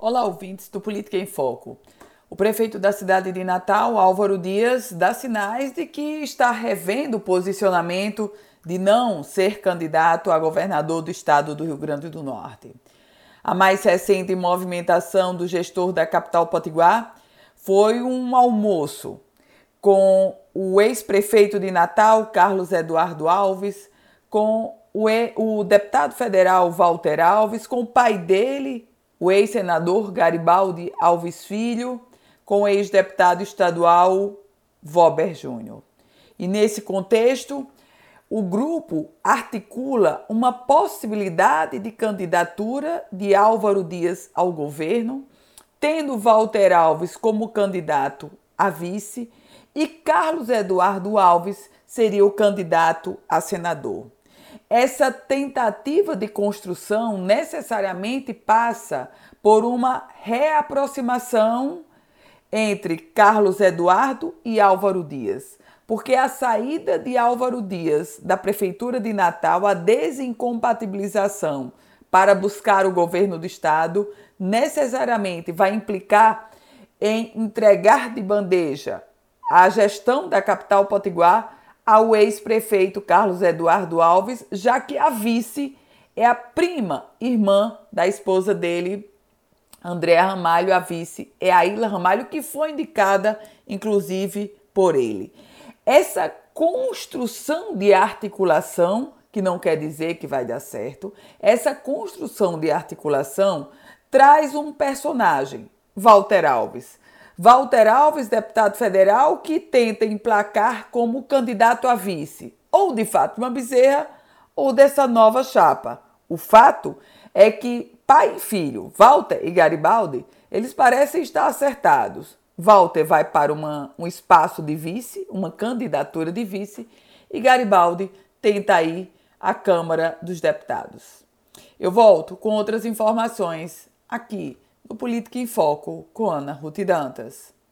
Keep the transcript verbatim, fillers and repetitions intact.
Olá, ouvintes do Política em Foco. O prefeito da cidade de Natal, Álvaro Dias, dá sinais de que está revendo o posicionamento de não ser candidato a governador do estado do Rio Grande do Norte. A mais recente movimentação do gestor da capital potiguar foi um almoço com o ex-prefeito de Natal, Carlos Eduardo Alves, com o, e, o deputado federal Walter Alves, com o pai dele, o ex-senador Garibaldi Alves Filho, com o ex-deputado estadual Vober Júnior. E nesse contexto, o grupo articula uma possibilidade de candidatura de Álvaro Dias ao governo, tendo Walter Alves como candidato a vice e Carlos Eduardo Alves seria o candidato a senador. Essa tentativa de construção necessariamente passa por uma reaproximação entre Carlos Eduardo e Álvaro Dias, porque a saída de Álvaro Dias da Prefeitura de Natal, a desincompatibilização para buscar o governo do estado, necessariamente vai implicar em entregar de bandeja a gestão da capital potiguar ao ex-prefeito Carlos Eduardo Alves, já que a vice é a prima irmã da esposa dele, Andréa Ramalho. A vice é a Ilha Ramalho, que foi indicada, inclusive, por ele. Essa construção de articulação, que não quer dizer que vai dar certo, essa construção de articulação traz um personagem, Walter Alves. Walter Alves, deputado federal, que tenta emplacar como candidato a vice, ou de Fátima Bezerra, ou dessa nova chapa. O fato é que pai e filho, Walter e Garibaldi, eles parecem estar acertados. Walter vai para uma, um espaço de vice, uma candidatura de vice, e Garibaldi tenta ir à Câmara dos Deputados. Eu volto com outras informações aqui no Política em Foco com Ana Ruth Dantas.